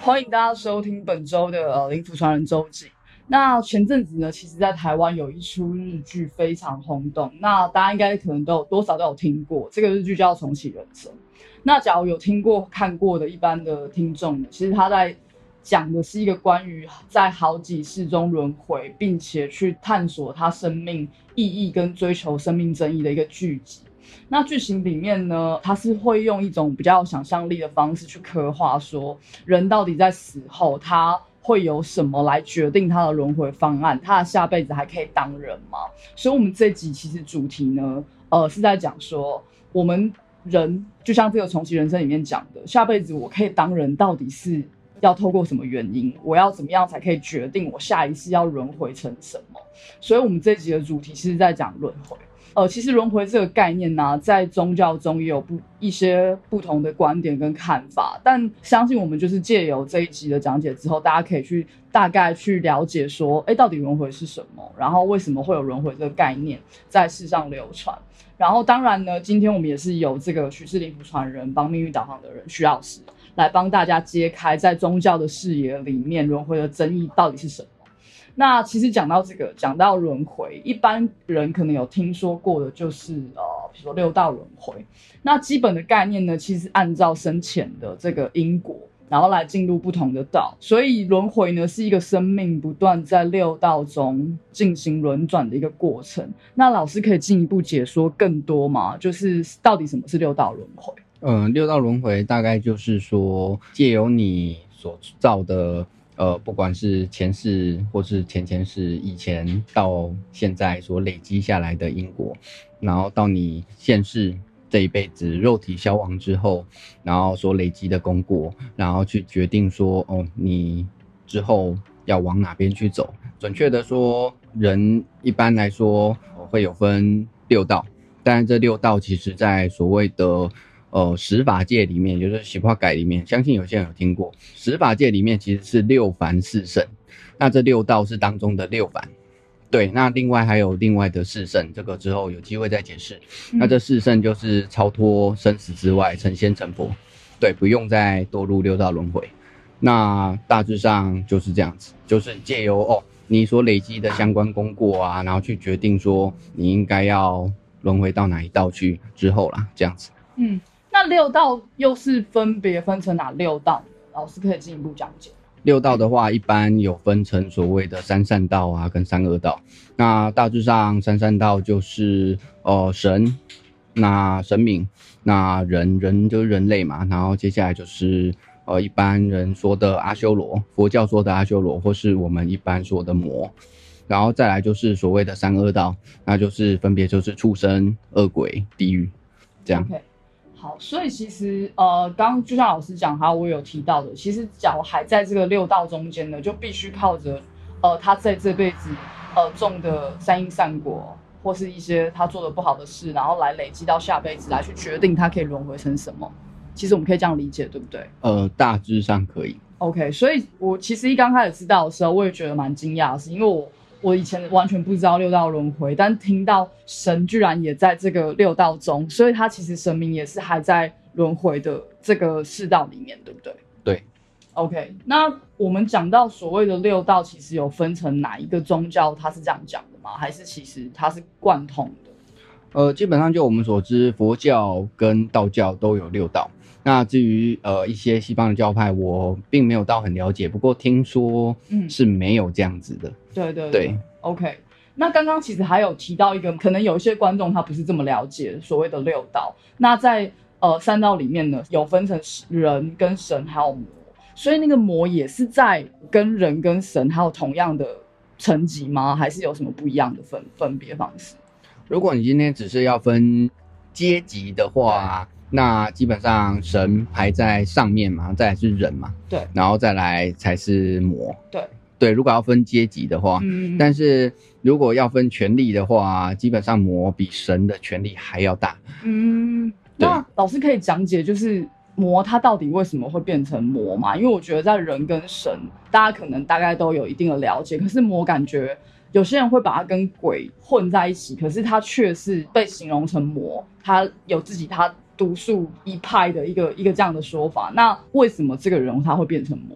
欢迎大家收听本周的灵符传人周记。那前阵子呢，其实在台湾有一出日剧非常轰动，那大家应该可能都有多少都有听过，这个日剧叫《重启人生》。那假如有听过看过的一般的听众呢，其实他在讲的是一个关于在好几世中轮回，并且去探索他生命意义跟追求生命真义的一个剧集。那剧情里面呢，它是会用一种比较有想象力的方式去刻画说，人到底在死后他会有什么来决定他的轮回方案，他的下辈子还可以当人吗？所以我们这集其实主题呢，是在讲说，我们人就像这个重启人生里面讲的，下辈子我可以当人，到底是要透过什么原因？我要怎么样才可以决定我下一世要轮回成什么？所以我们这集的主题是在讲轮回。其实轮回这个概念呢，在宗教中也有一些不同的观点跟看法，但相信我们就是借由这一集的讲解之后，大家可以去大概去了解说，到底轮回是什么，然后为什么会有轮回这个概念在世上流传。然后当然呢，今天我们也是有这个许氏灵符传人帮命运导航的人许老师来帮大家揭开在宗教的视野里面轮回的争议到底是什么。那其实讲到轮回，一般人可能有听说过的就是比如说六道轮回。那基本的概念呢，其实按照生前的这个因果，然后来进入不同的道。所以轮回呢，是一个生命不断在六道中进行轮转的一个过程。那老师可以进一步解说更多吗？就是到底什么是六道轮回？ 六道轮回大概就是说，借由你所造的不管是前世或是前前世以前到现在所累积下来的因果，然后到你现世这一辈子肉体消亡之后，然后所累积的功果，然后去决定说你之后要往哪边去走。准确的说，人一般来说会有分六道，但这六道其实在所谓的十法界里面，就是习化改里面，相信有些人有听过。十法界里面其实是六凡四圣，那这六道是当中的六凡。对，那另外还有另外的四圣，这个之后有机会再解释。那这四圣就是超脱生死之外，成仙成佛，对，不用再堕入六道轮回。那大致上就是这样子，就是借由你所累积的相关功过啊，然后去决定说你应该要轮回到哪一道去之后啦，这样子。 那六道又是分别分成哪六道呢？老师可以进一步讲解。 六道的话，一般有分成所谓的三善道啊，跟三恶道。那大致上，三善道就是神，那神明，那人就是人类嘛。然后接下来就是一般人说的阿修罗，佛教说的阿修罗，或是我们一般说的魔。然后再来就是所谓的三恶道，那就是分别就是畜生、恶鬼、地狱，这样。 Okay.好，所以其实刚刚就像老师讲，我有提到的，其实假如还在这个六道中间呢，就必须靠着他在这辈子种的善因善果，或是一些他做的不好的事，然后来累积到下辈子来去决定他可以轮回成什么。其实我们可以这样理解，对不对？ 大致上可以。 OK， 所以我其实一刚开始知道的时候，我也觉得蛮惊讶的是，因为我以前完全不知道六道轮回，但听到神居然也在这个六道中，所以他其实神明也是还在轮回的这个世道里面，对不对？ 对。 OK， 那我们讲到所谓的六道，其实有分成哪一个宗教它是这样讲的吗？还是其实它是贯通的？ 基本上就我们所知，佛教跟道教都有六道。那至于一些西方的教派，我并没有到很了解，不过听说是没有这样子的。 对 OK， 那刚刚其实还有提到一个，可能有一些观众他不是这么了解所谓的六道。那在三道里面呢，有分成人跟神还有魔，所以那个魔也是在跟人跟神还有同样的层级吗？还是有什么不一样的分别方式？ 如果你今天只是要分阶级的话，那基本上神排在上面嘛，再来是人嘛， 对， 然后再来才是魔，对，如果要分阶级的话，但是如果要分权力的话，基本上魔比神的权力还要大。 那老师可以讲解就是魔它到底为什么会变成魔嘛？因为我觉得在人跟神，大家可能大概都有一定的了解，可是魔感觉有些人会把它跟鬼混在一起，可是它却是被形容成魔，它有自己独树一派的一个这样的说法。那为什么这个人他会变成魔？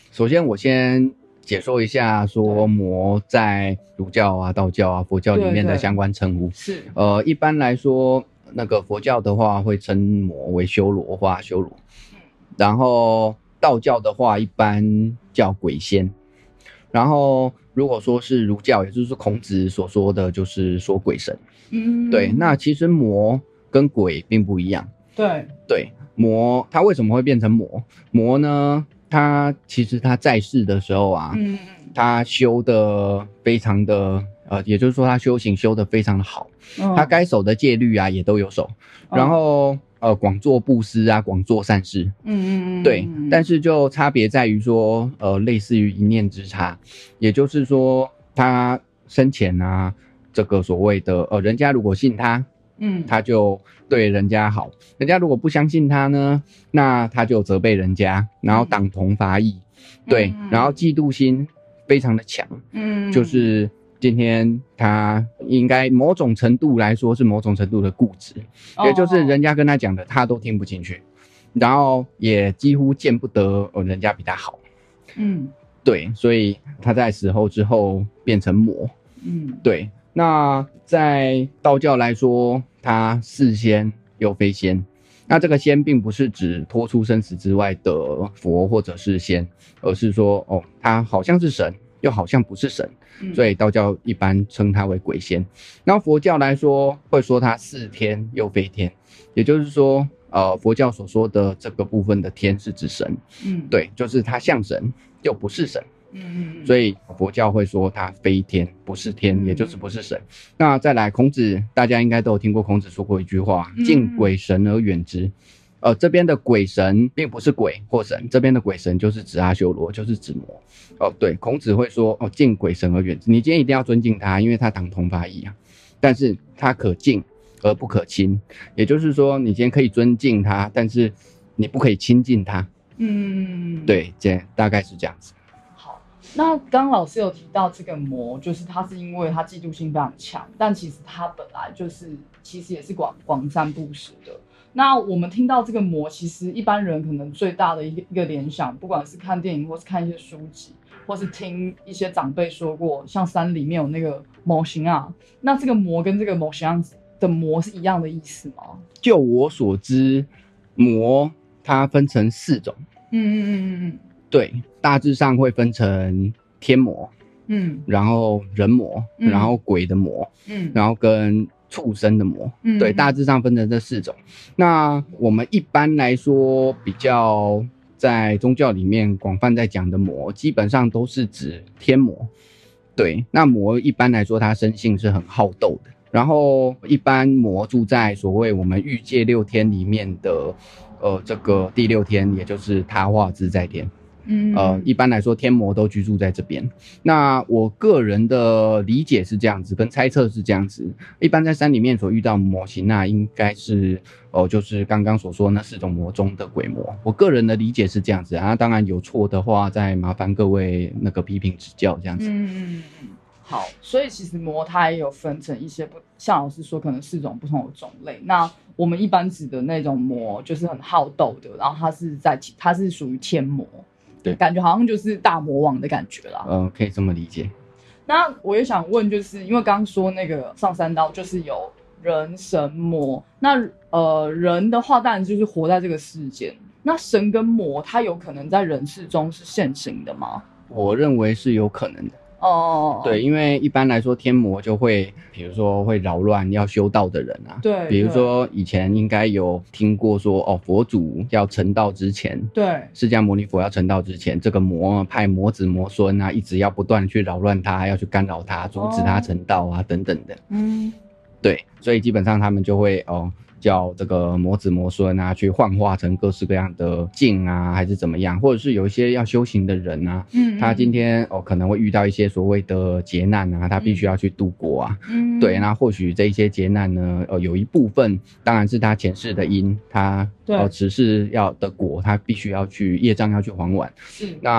首先我先解说一下说魔在儒教啊、道教啊、佛教里面的相关称呼。 是一般来说，那个佛教的话会称魔为修罗或阿修罗，然后道教的话一般叫鬼仙，然后如果说是儒教，也就是孔子所说的就是说鬼神。对，那其实魔跟鬼并不一样。对，魔它为什么会变成魔？魔呢，他其实他在世的时候啊，他修的非常的也就是说他修行修的非常的好，他该守的戒律啊也都有守，然后广做布施啊，广做善事，对，但是就差别在于说类似于一念之差，也就是说他生前啊这个所谓的人家如果信他，他就对人家好，人家如果不相信他呢，那他就责备人家，然后党同伐异，对，然后嫉妒心非常的强，就是今天他应该某种程度来说是某种程度的固执，也就是人家跟他讲的他都听不进去，然后也几乎见不得人家比他好，对，所以他在死后之后变成魔，对。那在道教来说，他是仙又非仙。那这个仙并不是指脱出生死之外的佛或者是仙，而是说他好像是神，又好像不是神，所以道教一般称他为鬼仙。然后佛教来说，会说他是天又非天，也就是说，佛教所说的这个部分的天是指神，对，就是他像神又不是神。所以佛教会说他非天不是天，也就是不是神。那再来孔子，大家应该都有听过孔子说过一句话，敬鬼神而远之。这边的鬼神并不是鬼或神，这边的鬼神就是指阿修罗，就是指魔。对，孔子会说敬鬼神而远之，你今天一定要尊敬他，因为他党同伐异啊，但是他可敬而不可亲，也就是说你今天可以尊敬他，但是你不可以亲近他。对，大概是这样子。 那刚刚老师有提到这个魔，就是他是因为他嫉妒心非常强，但其实他本来就是其实也是广善布施的。那我们听到这个魔，其实一般人可能最大的一个联想，不管是看电影或是看一些书籍，或是听一些长辈说过，像山里面有那个魔形啊，那这个魔跟这个魔形样子的魔是一样的意思吗？ 就我所知，魔它分成4种。对，大致上会分成天魔，然后人魔，然后鬼的魔，然后跟畜生的魔，对，大致上分成这4种。那我们一般来说比较在宗教里面广泛在讲的魔，基本上都是指天魔。对，那魔一般来说它生性是很好斗的，然后一般魔住在所谓我们欲界6天里面的这个第6天，也就是他化自在天。一般来说天魔都居住在这边。那我个人的理解是这样子，跟猜测是这样子，一般在山里面所遇到魔形，那应该是就是刚刚所说那4种魔中的鬼魔。我个人的理解是这样子啊，当然有错的话再麻烦各位那个批评指教这样子。 好，所以其实魔它也有分成一些像老师说可能4种不同的种类。那我们一般指的那种魔就是很好斗的，然后它是属于天魔。 对， 感觉好像就是大魔王的感觉啦。 可以这么理解。 那我也想问，就是因为刚刚说那个上三道就是有人神魔，那人的话当然就是活在这个世间，那神跟魔它有可能在人世中是现行的吗？ 我认为是有可能的。对，因为一般来说天魔就会比如说会扰乱要修道的人啊， 对， 比如说以前应该有听过说佛祖要成道之前， 对， 释迦牟尼佛要成道之前，这个魔派魔子魔孙啊，一直要不断去扰乱他，要去干扰他，阻止他成道啊，等等的。对，所以基本上他们就会叫这个魔子魔孙啊，去幻化成各式各样的境啊，还是怎么样，或者是有一些要修行的人啊，他今天可能会遇到一些所谓的劫难啊，他必须要去度过啊，对，那或许这一些劫难呢，有一部分当然是他前世的因，他此世要的果，他必须要去业障要去还完，那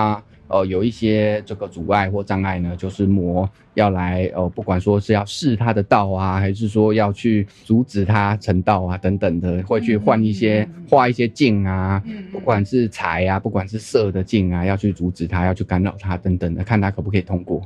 有一些这个阻碍或障碍呢，就是魔要来不管说是要试他的道啊，还是说要去阻止他成道啊等等的，会去换一些画一些镜啊，不管是财啊，不管是色的镜啊，要去阻止他，要去干扰他等等的，看他可不可以通过。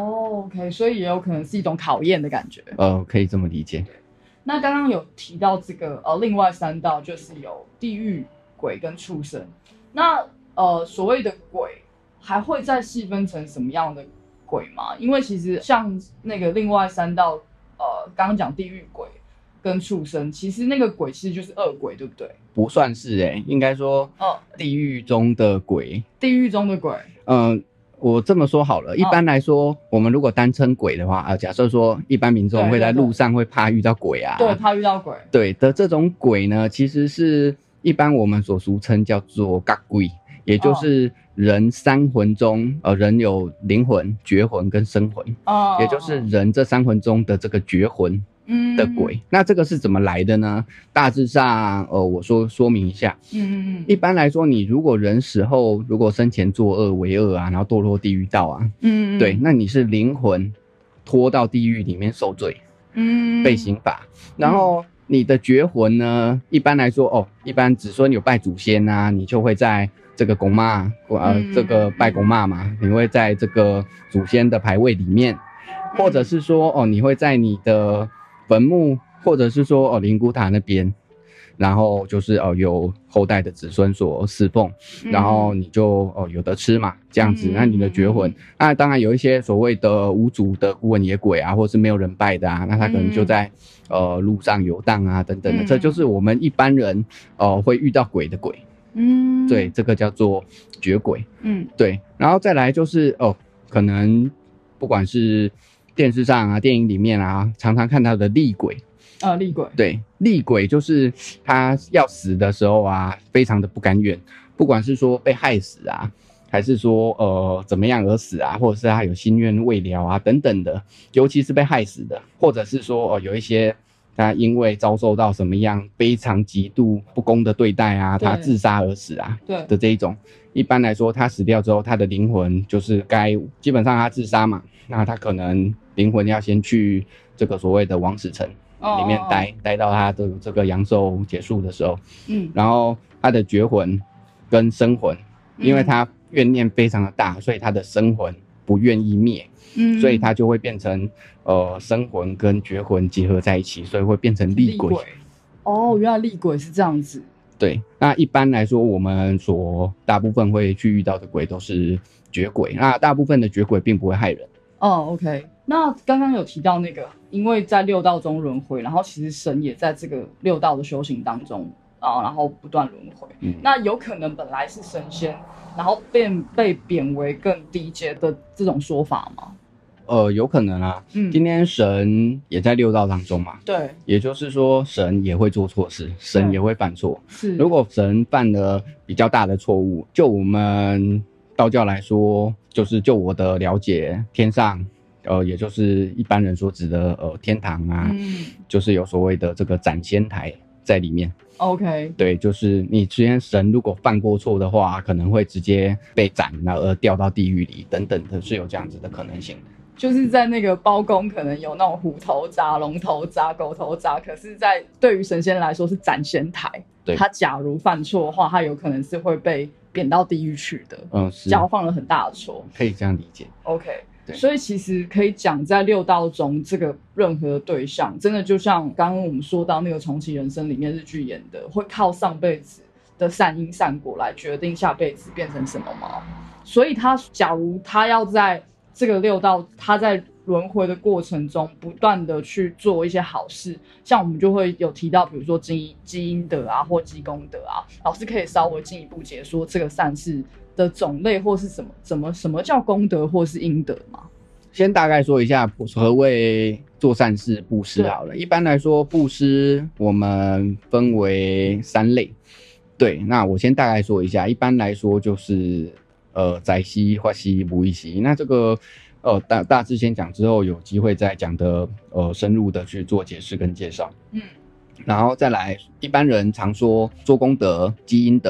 OK， 所以也有可能是一种考验的感觉。 可以这么理解。 那刚刚有提到这个另外3道就是有地狱、鬼跟畜生。那所谓的鬼还会再细分成什么样的鬼吗？因为其实像那个另外3道刚刚讲地狱鬼跟畜生，其实那个鬼其实就是恶鬼，对不对？ 不算是应该说地狱中的鬼。 地狱中的鬼。 我这么说好了，一般来说，我们如果单称鬼的话，假设说一般民众会在路上会怕遇到鬼啊， 对，怕遇到鬼， 对的这种鬼呢，其实是一般我们所俗称叫做角鬼，也就是人3魂中，人有灵魂、觉魂跟生魂，也就是人这3魂中的这个觉魂的鬼。那这个是怎么来的呢？大致上我说明一下。一般来说，你如果人死后如果生前作恶为恶啊，然后堕落地狱道啊，对，那你是灵魂拖到地狱里面受罪，被刑罚。然后你的觉魂呢，一般来说一般子孙有拜祖先啊，你就会在这个公妈这个拜公妈嘛，你会在这个祖先的牌位里面，或者是说你会在你的坟墓，或者是说灵骨塔那边，然后就是有后代的子孙所侍奉，然后你就有得吃嘛，这样子。那你的觉魂，那当然有一些所谓的无主的孤魂野鬼啊，或是没有人拜的啊，那他可能就在路上游荡啊等等的，这就是我们一般人会遇到鬼的鬼。对，这个叫做觉鬼。对，然后再来就是可能不管是电视上啊、电影里面啊，常常看到的厉鬼。 厉鬼。对， 厉鬼就是他要死的时候啊，非常的不甘愿，不管是说被害死啊，还是说怎么样而死啊，或者是他有心愿未了啊等等的，尤其是被害死的，或者是说有一些他因为遭受到什么样非常极度不公的对待啊，他自杀而死啊的这一种，一般来说他死掉之后，他的灵魂就是基本上他自杀嘛，那他可能灵魂要先去这个所谓的亡死城里面待到他的这个阳寿结束的时候，然后他的觉魂跟生魂，因为他怨念非常的大，所以他的生魂不愿意灭，所以他就会变成生魂跟觉魂结合在一起，所以会变成厉鬼。 原来厉鬼是这样子。 对，那一般来说，我们大部分会去遇到的鬼都是觉鬼，那大部分的觉鬼并不会害人。 OK。那刚刚有提到那个，因为在6道中轮回，然后其实神也在这个6道的修行当中然后不断轮回。那有可能本来是神仙，然后被贬为更低阶的这种说法吗？ 有可能啊。今天神也在6道当中嘛。对，也就是说神也会做错事，神也会犯错。是，如果神犯了比较大的错误，就我们道教来说，就是就我的了解，天上也就是一般人所指的天堂啊，就是有所谓的这个斩仙台在里面。OK。对，就是你之前神如果犯过错的话，可能会直接被斩，然后掉到地狱里等等的，是有这样子的可能性。就是在那个包公可能有那种虎头铡、龙头铡、狗头铡，可是对于神仙来说是斩仙台。对，他假如犯错的话，他有可能是会被贬到地狱去的。是，假如犯了很大的错，可以这样理解。OK。所以其实可以讲，在6道中，这个任何对象，真的就像刚刚我们说到那个重启人生里面日剧演的，会靠上辈子的善因善果来决定下辈子变成什么吗？所以假如他要在这个6道，他在轮回的过程中不断的去做一些好事，像我们就会有提到，比如说积阴德啊，或积功德啊，老师可以稍微进一步解说这个善事的种类，或是什么叫功德或是阴德吗？先大概说一下何谓做善事布施好了。一般来说，布施我们分为3类。对，那我先大概说一下。一般来说就是财息、法息、无益息。那这个大致先讲，之后有机会再讲的深入的去做解释跟介绍。然后再来，一般人常说做功德积阴德。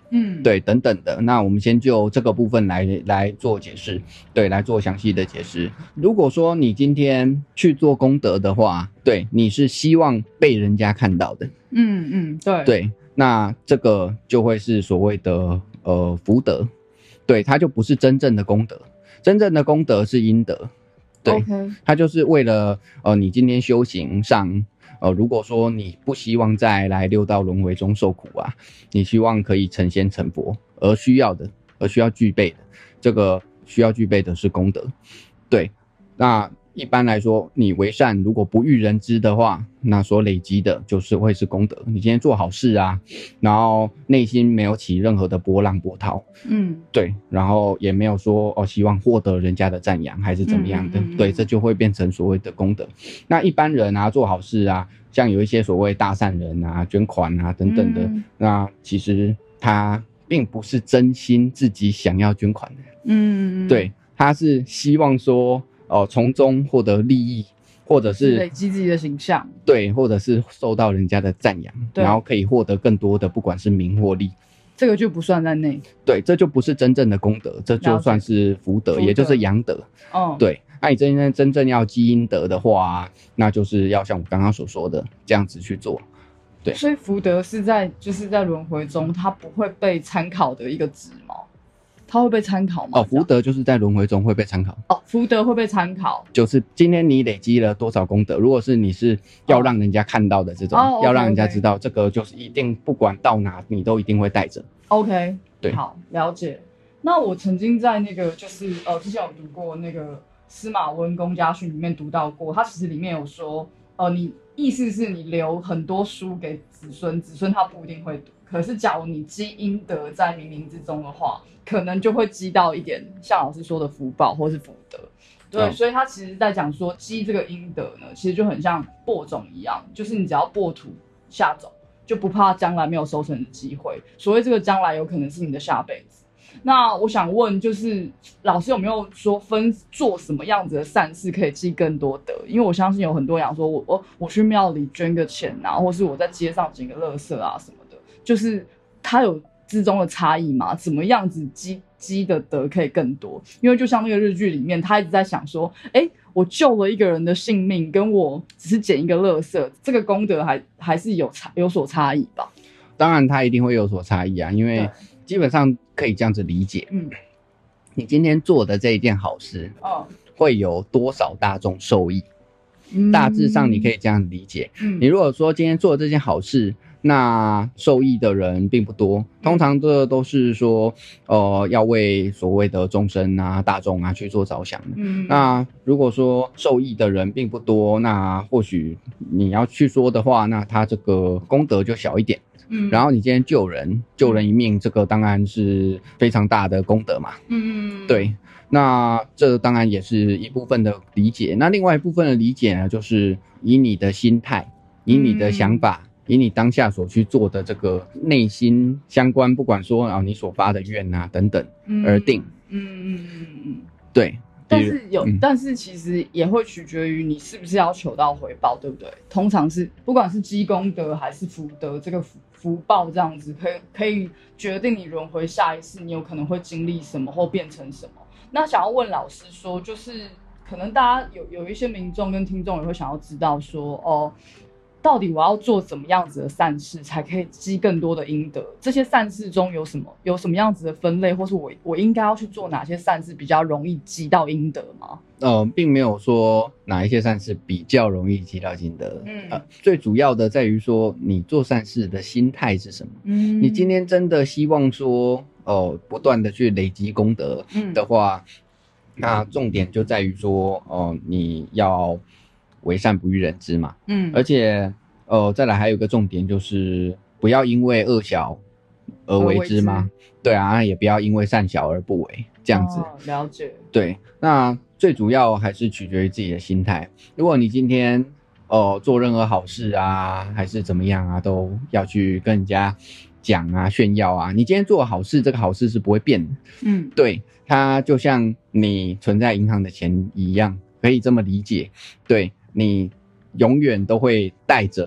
对，等等的。那我们先就这个部分来做解释，对，来做详细的解释。如果说你今天去做功德的话，对，你是希望被人家看到的， 对对，那这个就会是所谓的福德，对，它就不是真正的功德，真正的功德是阴德，对， ，OK， 它就是为了你今天修行上。如果说你不希望再来六道轮回中受苦啊，你希望可以成仙成佛，而需要具备的，这个需要具备的是功德。对，那一般来说，你为善如果不欲人知的话，那所累积的就是会是功德。你今天做好事啊，然后内心没有起任何的波浪波涛，对，然后也没有说希望获得人家的赞扬还是怎么样的，对，这就会变成所谓的功德。那一般人啊，做好事啊，像有一些所谓大善人啊，捐款啊等等的，那其实他并不是真心自己想要捐款的，对，他是希望说从中获得利益，或者是累积自己的形象， 对，或者是受到人家的赞扬，然后可以获得更多的不管是名或利， 这个就不算在内。 对，这就不是真正的功德，这就算是福德，也就是阳德。对，那你真正要积阴德的话，那就是要像我刚刚所说的这样子去做。对， 所以福德是就是在轮回中，它不会被参考的一个值吗？它会被参考吗？ 福德就是在轮回中会被参考。 福德会被参考， 就是今天你累积了多少功德，如果是你是要让人家看到的这种，要让人家知道，这个就是一定不管到哪你都一定会带着。 OK， 对， 好，了解。那我曾经在那个就是之前有读过那个司马温公家训里面读到过，他其实里面有说，你意思是你留很多书给子孙，子孙他不一定会读，可是假如你积阴德在冥冥之中的话，可能就会积到一点像老师说的福报或是福德。对，所以他其实在讲说积这个阴德呢，其实就很像播种一样，就是你只要播土下种，就不怕将来没有收成的机会。所谓这个将来有可能是你的下辈子。那我想问，就是老师有没有说分做什么样子的善事可以积更多德？因为我相信有很多人讲说我去庙里捐个钱啊，或是我在街上捡个垃圾啊什么的，就是它有之中的差异嘛？怎么样子积的德可以更多？因为就像那个日剧里面，他一直在想说，我救了一个人的性命，跟我只是捡一个垃圾，这个功德还是有所差异吧？ 当然，它一定会有所差异啊，因为基本上可以这样子理解，你今天做的这一件好事，会有多少大众受益？大致上你可以这样理解。你如果说今天做的这件好事，那受益的人并不多，通常这都是说要为所谓的众生啊大众啊去做着想的。那如果说受益的人并不多，那或许你要去说的话，那他这个功德就小一点。然后你今天救人一命，这个当然是非常大的功德嘛。对，那这当然也是一部分的理解。那另外一部分的理解呢，就是以你的心态，以你的想法，以你当下所去做的这个内心相关，不管说你所发的愿啊等等而定。对。 但是其实也会取决于你是不是要求到回报，对不对？通常是不管是积功德还是福德，这个福报这样子可以决定你轮回下一次你有可能会经历什么或变成什么。那想要问老师说，就是可能大家有一些民众跟听众也会想要知道说，到底我要做怎么样子的善事才可以积更多的阴德？这些善事中有什么样子的分类，或是我应该要去做哪些善事比较容易积到阴德吗？ 并没有说哪一些善事比较容易积到阴德。最主要的在于说你做善事的心态是什么。你今天真的希望说不断的去累积功德的话，那重点就在于说你要为善不欲人知嘛。而且再来还有一个重点就是不要因为恶小而为之嘛。对啊，也不要因为善小而不为，这样子。 了解。 对，那最主要还是取决于自己的心态。如果你今天做任何好事啊还是怎么样啊，都要去跟人家讲啊炫耀啊，你今天做好事，这个好事是不会变的。对，它就像你存在银行的钱一样，可以这么理解。对，你永远都会带着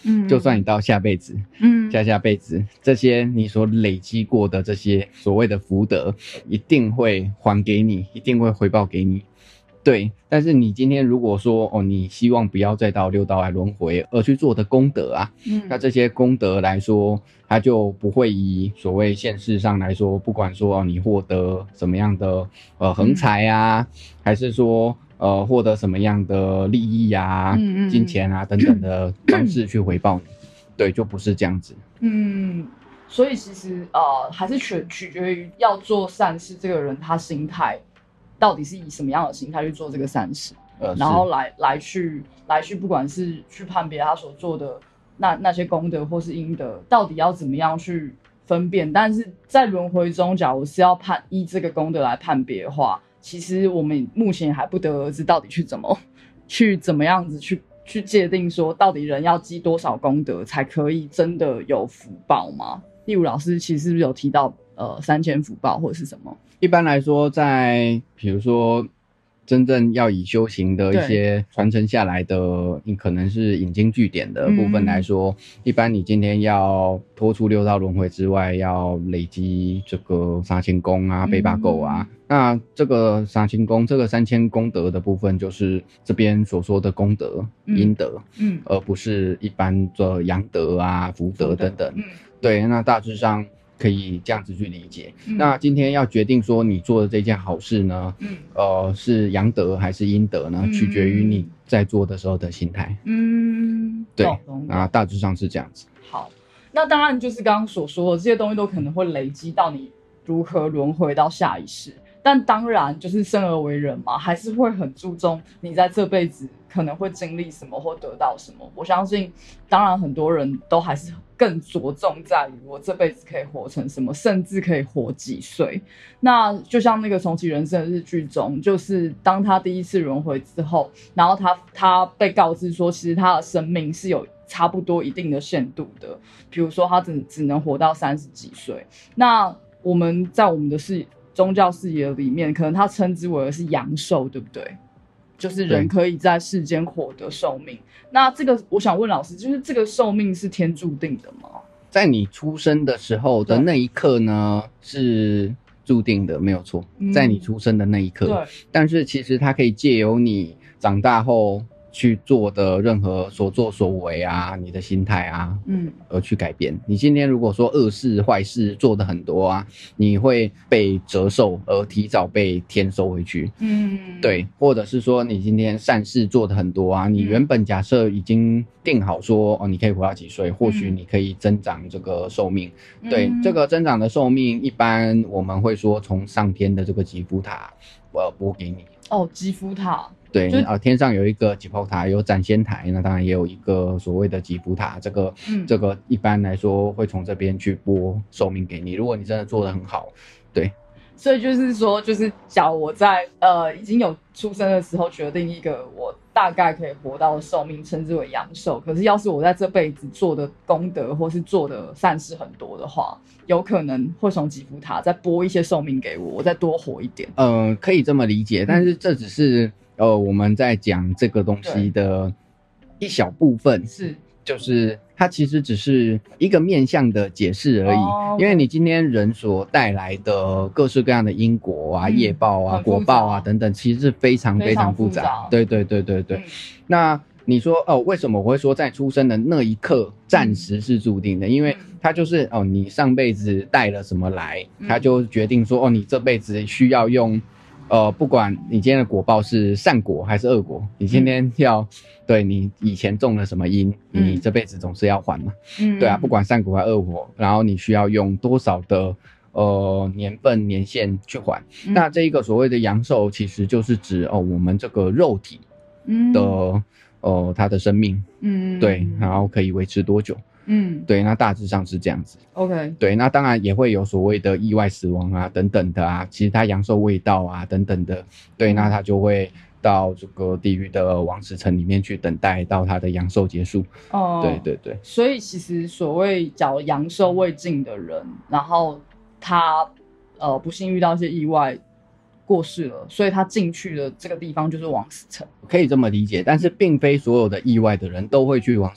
就算你到下辈子，下辈子，这些你所累积过的这些所谓的福德，一定会还给你，一定会回报给你。对，但是你今天如果说你希望不要再到六道来轮回而去做的功德啊，那这些功德来说，它就不会以所谓现世上来说，不管说你获得什么样的横财啊，还是说获得什么样的利益啊、金钱啊等等的方式去回报你，对，就不是这样子。 所以其实还是取决于要做善事这个人他心态。到底是以什么样的心态去做这个善事，然后来去，不管是去判别他所做的那些功德或是阴德，到底要怎么样去分辨？但是在轮回中，假如是要依这个功德来判别的话，其实我们目前还不得而知到底去怎么样子去界定说，到底人要积多少功德才可以真的有福报吗？例如老师其实是不是有提到3000福报或者是什么？ 一般来说，在比如说真正要以修行的一些传承下来的，你可能是引经据典的部分来说，一般你今天要脱出六道轮回之外，要累积这个3000功啊、背把够啊。那这个3000功，这个3000功德的部分，就是这边所说的功德、阴德，而不是一般的阳德啊、福德等等。对，那大致上可以这样子去理解。那今天要决定说你做的这件好事呢，是阳德还是阴德呢？取决于你在做的时候的心态。对，那大致上是这样子。 好，那当然就是刚刚所说的这些东西都可能会累积到你如何轮回到下一世。但当然就是生而为人嘛，还是会很注重你在这辈子可能会经历什么或得到什么。我相信当然很多人都还是更着重在于我这辈子可以活成什么，甚至可以活几岁。那就像那个重启人生的日剧中，就是当他第一次轮回之后，然后他被告知说其实他的生命是有差不多一定的限度的，比如说他只能活到30几岁。那我们在我们的宗教视野里面，可能他称之为是阳寿，对不对？就是人可以在世间获得寿命。那这个我想问老师，就是这个寿命是天注定的吗？ 在你出生的时候的那一刻呢，是注定的，没有错。在你出生的那一刻，对。但是其实它可以借由你长大后去做的任何所作所为啊，你的心态啊，而去改变。你今天如果说恶事坏事做的很多啊，你会被折寿而提早被天收回去。对，或者是说你今天善事做的很多啊，你原本假设已经定好说你可以活到几岁，或许你可以增长这个寿命。对，这个增长的寿命，一般我们会说从上天的这个吉福塔拨给你。 吉福塔。 对，天上有一个吉福塔，有斩仙台，那当然也有一个所谓的吉福塔，这个一般来说会从这边去拨寿命给你。如果你真的做得很好，对。 所以就是说，就是假如我在已经有出生的时候决定一个我大概可以活到的寿命，称之为阳寿。可是要是我在这辈子做的功德或是做的善事很多的话，有可能会从吉福塔再拨一些寿命给我，我再多活一点。 可以这么理解，但是这只是我们在讲这个东西的一小部分，就是它其实只是一个面向的解释而已。因为你今天人所带来的各式各样的因果啊、业报啊、果报啊等等，其实是非常非常复杂。对。那你说为什么我会说在出生的那一刻暂时是注定的？因为它就是你上辈子带了什么来，它就决定说你这辈子需要用。不管你今天的果报是善果还是恶果，你今天对你以前种了什么因，你这辈子总是要还嘛。对啊，不管善果还是恶果，然后你需要用多少的年份年限去还。那这一个所谓的阳寿，其实就是指我们这个肉体的它的生命，对，然后可以维持多久。对，那大致上是这样子。 OK， 对，那当然也会有所谓的意外死亡啊等等的啊，其实他阳寿未到啊等等的，对，那他就会到这个地狱的王死城里面去等待到他的阳寿结束。对。 所以其实所谓叫阳寿未尽的人，然后他不幸遇到一些意外过世了，所以他进去的这个地方就是王死城， 可以这么理解。但是并非所有的意外的人都会去王死城。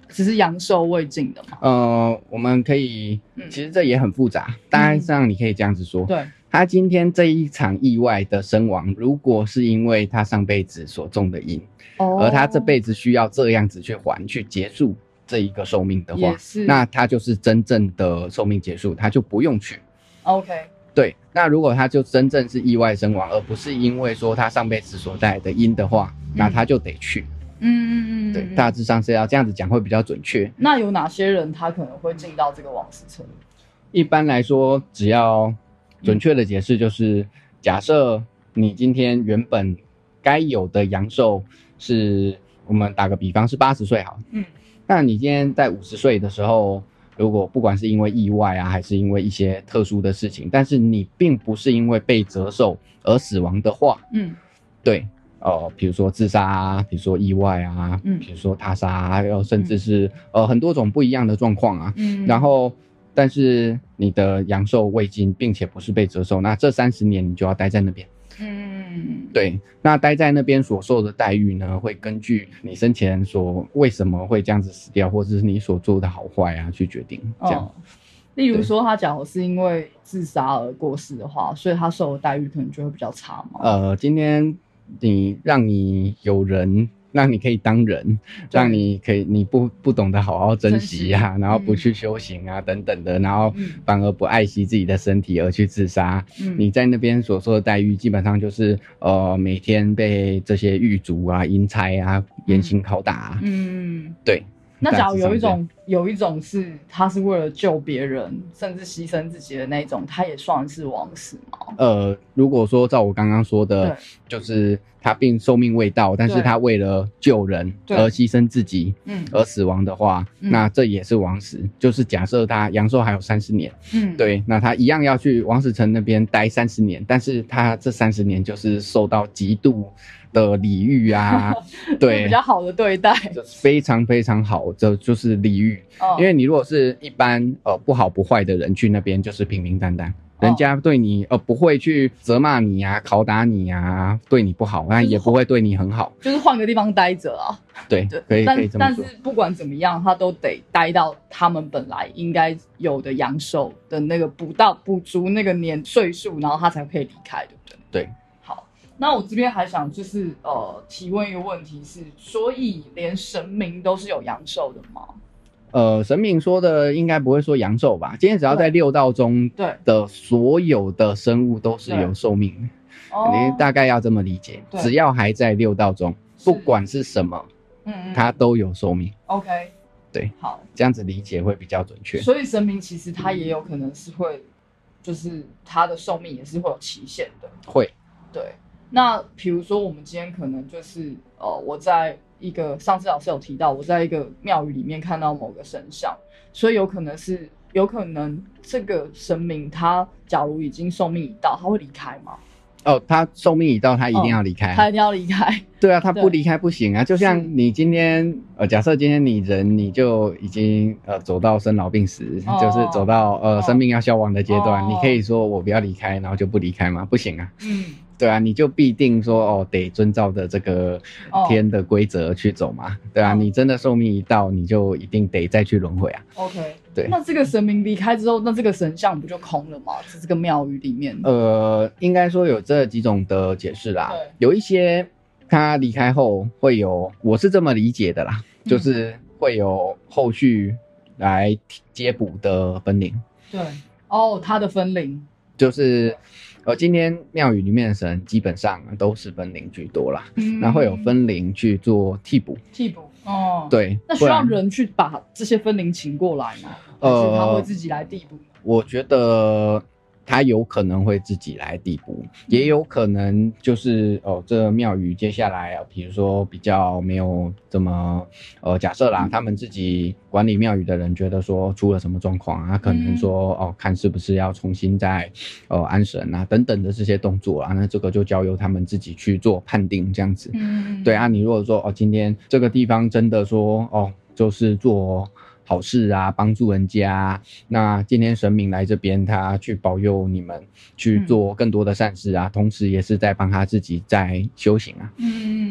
只是阳寿未尽的吗？ 我们可以，其实这也很复杂，大概上你可以这样子说， 对， 他今天这一场意外的身亡，如果是因为他上辈子所种的因，而他这辈子需要这样子去还去结束这一个寿命的话，那他就是真正的寿命结束，他就不用去。 OK。 对，那如果他就真正是意外身亡，而不是因为说他上辈子所带的因的话，那他就得去。对，大致上是要这样子讲会比较准确。 那有哪些人他可能会进到这个枉死城？ 一般来说，只要准确的解释就是，假设你今天原本该有的阳寿是，我们打个比方是80岁好，那你今天在50岁的时候，如果不管是因为意外啊，还是因为一些特殊的事情，但是你并不是因为被折寿而死亡的话，对，比如说自杀啊，比如说意外啊，比如说他杀啊，甚至是很多种不一样的状况啊，然后但是你的阳寿未尽，并且不是被折寿，那这30年你就要待在那边。对，那待在那边所受的待遇呢，会根据你生前所为什么会这样子死掉，或者是你所做的好坏啊去决定。这样， 例如说他假如是因为自杀而过世的话，所以他受的待遇可能就会比较差嘛。 今天让你有人。让你可以当人，让你可以你不懂得好好珍惜啊，然后不去修行啊等等的，然后反而不爱惜自己的身体而去自杀。你在那边所受的待遇基本上就是每天被这些狱卒啊、阴差啊严刑拷打啊。对。 那假如有一种是他是为了救别人，甚至牺牲自己的那一种，他也算是枉死吗？ 如果说照我刚刚说的，就是他并寿命未到，但是他为了救人而牺牲自己，而死亡的话，那这也是枉死。就是假设他阳寿还有30年，对，那他一样要去枉死城那边待30年，但是他这30年就是受到极度的礼遇啊，对， 比较好的对待， 非常非常好，这就是礼遇。因为你如果是一般不好不坏的人去那边，就是平平淡淡，人家对你不会去责骂你啊、拷打你啊，对你不好，但也不会对你很好， 就是换个地方待着啊。 对，可以这么说。 但是不管怎么样，他都得待到他们本来应该有的阳寿的那个补足那个岁数，然后他才可以离开，对不对？ 对。 那我这边还想就是提问一个问题是，所以连神明都是有阳寿的吗？ 神明说的应该不会说阳寿吧？今天只要在6道中的所有的生物都是有寿命的，你大概要这么理解。只要还在6道中，不管是什么，它都有寿命。 OK， 对， 好， 这样子理解会比较准确。 所以神明其实他也有可能是会，就是他的寿命也是会有期限的。 会， 对。那比如说我们今天可能就是我在一个上次老师有提到，我在一个庙宇里面看到某个神像，所以有可能这个神明他假如已经寿命已到，他会离开吗？ 他寿命已到，他一定要离开， 他一定要离开。 对啊，他不离开不行啊。就像你今天假设今天你就已经走到生老病死，就是走到生命要消亡的阶段，你可以说我不要离开，然后就不离开吗？不行啊。对啊，你就必定说得遵照着这个天的规则去走嘛，对啊，你真的寿命一到，你就一定得再去轮回啊。 OK， 对。 那这个神明离开之后，那这个神像不就空了吗？在这个庙宇里面， 应该说有这几种的解释啦。有一些他离开后会有，我是这么理解的啦，就是会有后续来接补的分灵。 对，他的分灵就是。今天庙宇里面的神基本上都是分灵居多啦，那会有分灵去做替补。对。 那需要人去把这些分灵请过来吗？还是他会自己来替补？ 我觉得他有可能会自己来递补，也有可能就是这庙宇接下来比如说比较没有这么假设啦，他们自己管理庙宇的人觉得说出了什么状况啊，可能说看是不是要重新再安神啊等等的这些动作啊，那这个就交由他们自己去做判定这样子。对啊，你如果说今天这个地方真的说就是做好事啊，帮助人家，那今天神明来这边，他去保佑你们去做更多的善事啊，同时也是在帮他自己在修行啊。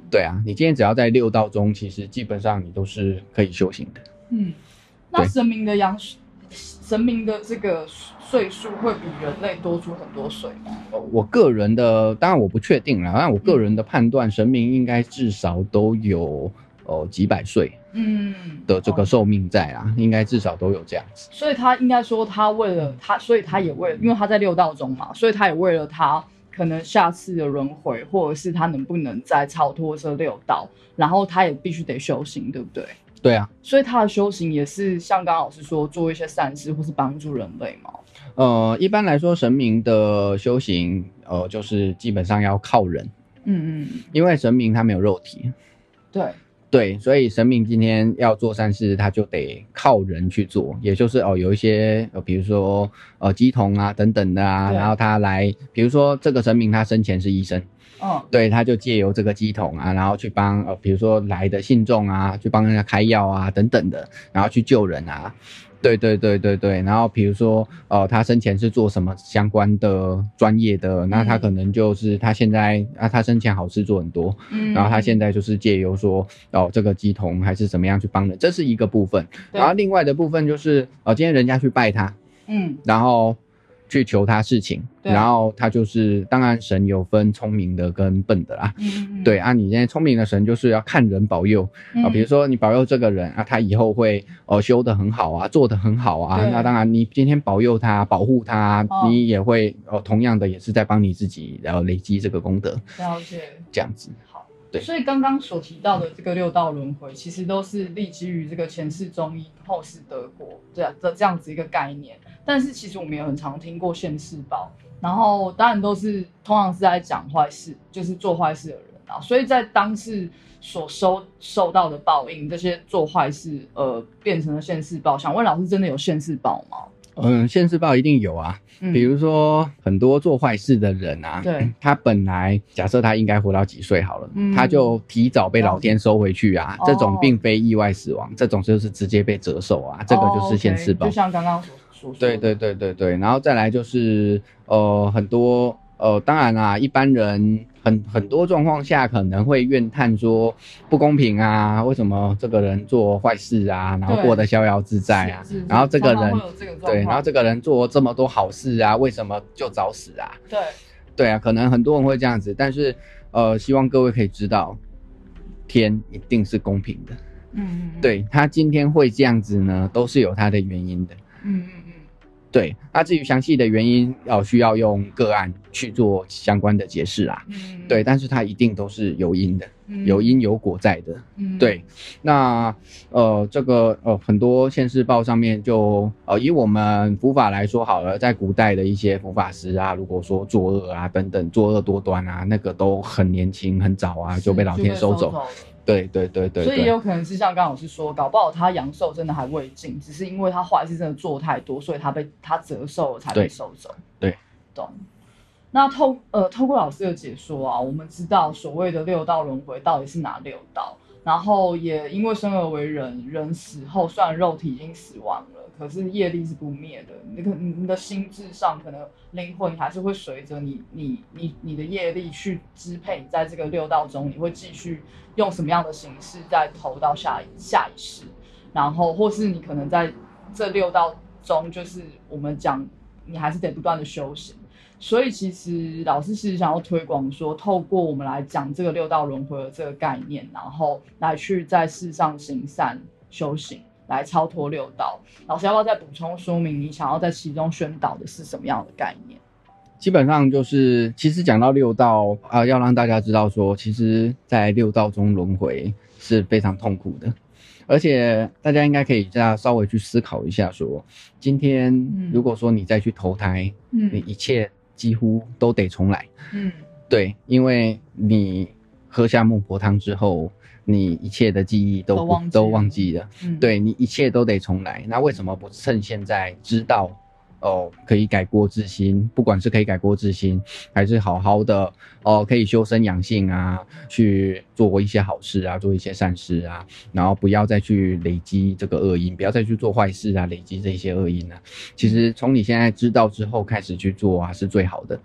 对啊，你今天只要在六道中，其实基本上你都是可以修行的。 那神明的这个岁数会比人类多出很多岁吗？ 我个人的，当然我不确定啦，但我个人的判断，神明应该至少都有几百岁的这个寿命在啊，应该至少都有这样子。 所以他应该说，他为了他，所以他也为了，因为他在六道中嘛，所以他也为了他可能下次的轮回，或者是他能不能再超脱这六道，然后他也必须得修行，对不对？ 对啊， 所以他的修行也是像刚刚老师说，做一些善事或是帮助人类嘛。 一般来说，神明的修行，就是基本上要靠人。因为神明他没有肉体。对，所以神明今天要做善事，他就得靠人去做，也就是有一些比如说乩童啊等等的啊，然后他来，比如说这个神明他生前是医生。对，他就借由这个乩童啊，然后去帮比如说来的信众啊，去帮人家开药啊等等的，然后去救人啊。对，然后比如说他生前是做什么相关的专业的，那他可能就是他现在他生前好事做很多，然后他现在就是借由说这个乩童还是怎么样去帮人，这是一个部分。然后另外的部分就是今天人家去拜他，然后去求他事情，然后他就是当然神有分聪明的跟笨的啦。对啊，你现在聪明的神就是要看人保佑比如说你保佑这个人他以后会修得很好啊，做得很好啊，那当然你今天保佑他保护他，你也会同样的也是在帮你自己累积这个功德。 了解， 这样子。对， 所以刚刚所提到的这个六道轮回，其实都是立基于这个前世中医后世得果这样子一个概念。但是其实我们也很常听过现世报，然后当然都是通常是在讲坏事，就是做坏事的人啊。所以在当世所受到的报应，这些做坏事变成了现世报。想问老师，真的有现世报吗？ 现世报一定有啊。比如说很多做坏事的人啊， 对， 他本来假设他应该活到几岁好了，他就提早被老天收回去啊，这种并非意外死亡，这种就是直接被折寿啊，这个就是现世报。 就像刚刚所说的。对，然后再来就是很多当然啦，一般人很多状况下可能会怨叹说不公平啊，为什么这个人做坏事啊，然后过得逍遥自在啊，然后这个人对，然后这个人做这么多好事啊，为什么就早死啊？对啊，可能很多人会这样子，但是希望各位可以知道，天一定是公平的。对，他今天会这样子呢，都是有他的原因的。对，那至于详细的原因需要用个案去做相关的解释啦。对，但是它一定都是有因的，有因有果在的。对，那这个很多现世报上面就以我们佛法来说好了，在古代的一些佛法师啊，如果说作恶啊等等，作恶多端啊，那个都很年轻很早啊就被老天收走。对， 所以也有可能是像刚刚老师说，搞不好他阳寿真的还未尽，只是因为他坏事真的做太多，所以他折寿了才被收走。 对， 懂。那透过老师的解说啊，我们知道所谓的六道轮回到底是哪六道，然后也因为生而为人，人死后虽然肉体已经死亡了，可是业力是不灭的。你的心智上可能灵魂还是会随着你的业力去支配你在这个六道中，你会继续用什么样的形式再投到下一世，然后或是你可能在这六道中，就是我们讲你还是得不断的修行。所以其实老师是想要推广说，透过我们来讲这个六道轮回的这个概念，然后来去在世上行善修行，来超脱六道。老师要不要再补充说明你想要在其中宣导的是什么样的概念？ 基本上就是，其实讲到六道要让大家知道说，其实在六道中轮回是非常痛苦的，而且大家应该可以再稍微去思考一下说，今天如果说你再去投胎，你一切几乎都得重来。对，因为你喝下孟婆汤之后，你一切的记忆都忘记了。对，你一切都得重来。那为什么不趁现在知道可以改过自新，不管是可以改过自新，还是好好的可以修身养性啊，去做一些好事啊，做一些善事啊，然后不要再去累积这个恶因，不要再去做坏事啊，累积这些恶因啊。其实从你现在知道之后开始去做啊，是最好的。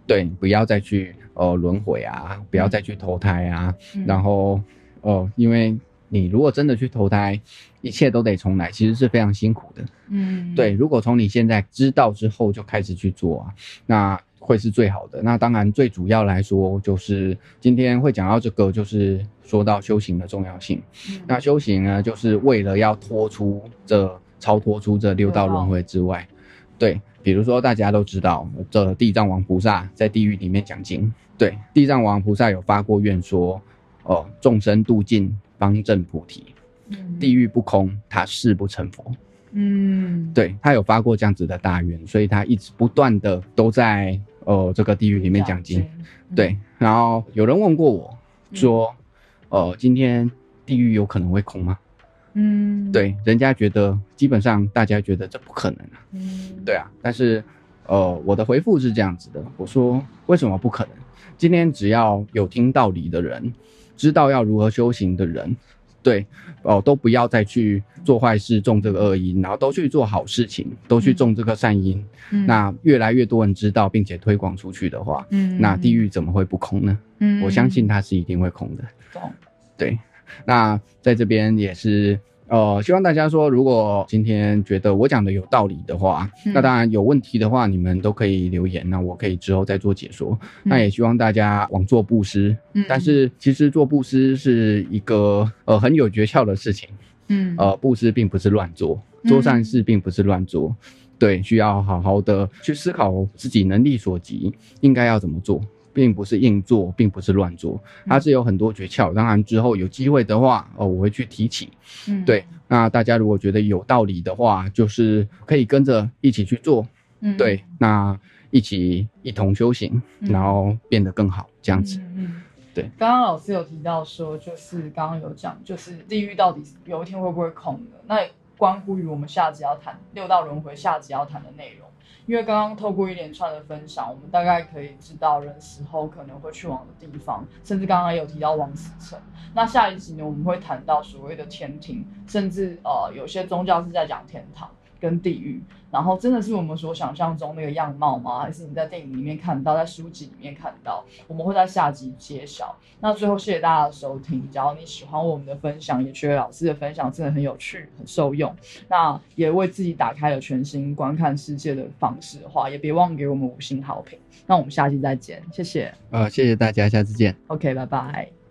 对，不要再去轮回啊，不要再去投胎啊，然后因为你如果真的去投胎，一切都得重来，其实是非常辛苦的。对，如果从你现在知道之后就开始去做啊，那会是最好的。那当然最主要来说，就是今天会讲到这个，就是说到修行的重要性。那修行呢，就是为了要超脱出这六道轮回之外。对，比如说大家都知道，这地藏王菩萨在地狱里面讲经。对，地藏王菩萨有发过愿说，众生度尽，方证菩提。地狱不空，他誓不成佛。对，他有发过这样子的大愿，所以他一直不断的都在这个地狱里面讲经。对，然后有人问过我说，今天地狱有可能会空吗？对，人家觉得基本上大家觉得这不可能啊。对啊，但是我的回复是这样子的，我说为什么不可能？今天只要有听道理的人，知道要如何修行的人，对，都不要再去做坏事种这个恶因，然后都去做好事情，都去种这个善因。那越来越多人知道并且推广出去的话，那地狱怎么会不空呢？我相信它是一定会空的。对，那在这边也是希望大家说，如果今天觉得我讲的有道理的话，那当然有问题的话，你们都可以留言，那我可以之后再做解说。那也希望大家往做布施，但是其实做布施是一个很有诀窍的事情。布施并不是乱做，做善事并不是乱做，对，需要好好的去思考自己能力所及应该要怎么做。并不是硬做，并不是乱做，它是有很多诀窍。当然之后有机会的话，我会去提起。对，那大家如果觉得有道理的话，就是可以跟着一起去做。对，那一同修行，然后变得更好，这样子。对， 刚刚老师有提到说，就是刚刚有讲，就是地狱到底有一天会不会空的？那也关乎于我们下集要谈六道轮回下集要谈的内容。因为刚刚透过一连串的分享，我们大概可以知道人死后可能会去往的地方，甚至刚刚也有提到往死城。那下一集呢，我们会谈到所谓的天庭，甚至有些宗教是在讲天堂跟地狱，然后真的是我们所想象中那个样貌吗？还是你在电影里面看到，在书籍里面看到？我们会在下集揭晓。那最后谢谢大家的收听，假如你喜欢我们的分享，也觉得老师的分享真的很有趣、很受用，那也为自己打开了全新观看世界的方式的话，也别忘给我们5星好评。那我们下期再见，谢谢。 谢谢大家，下次见。 OK， 拜拜。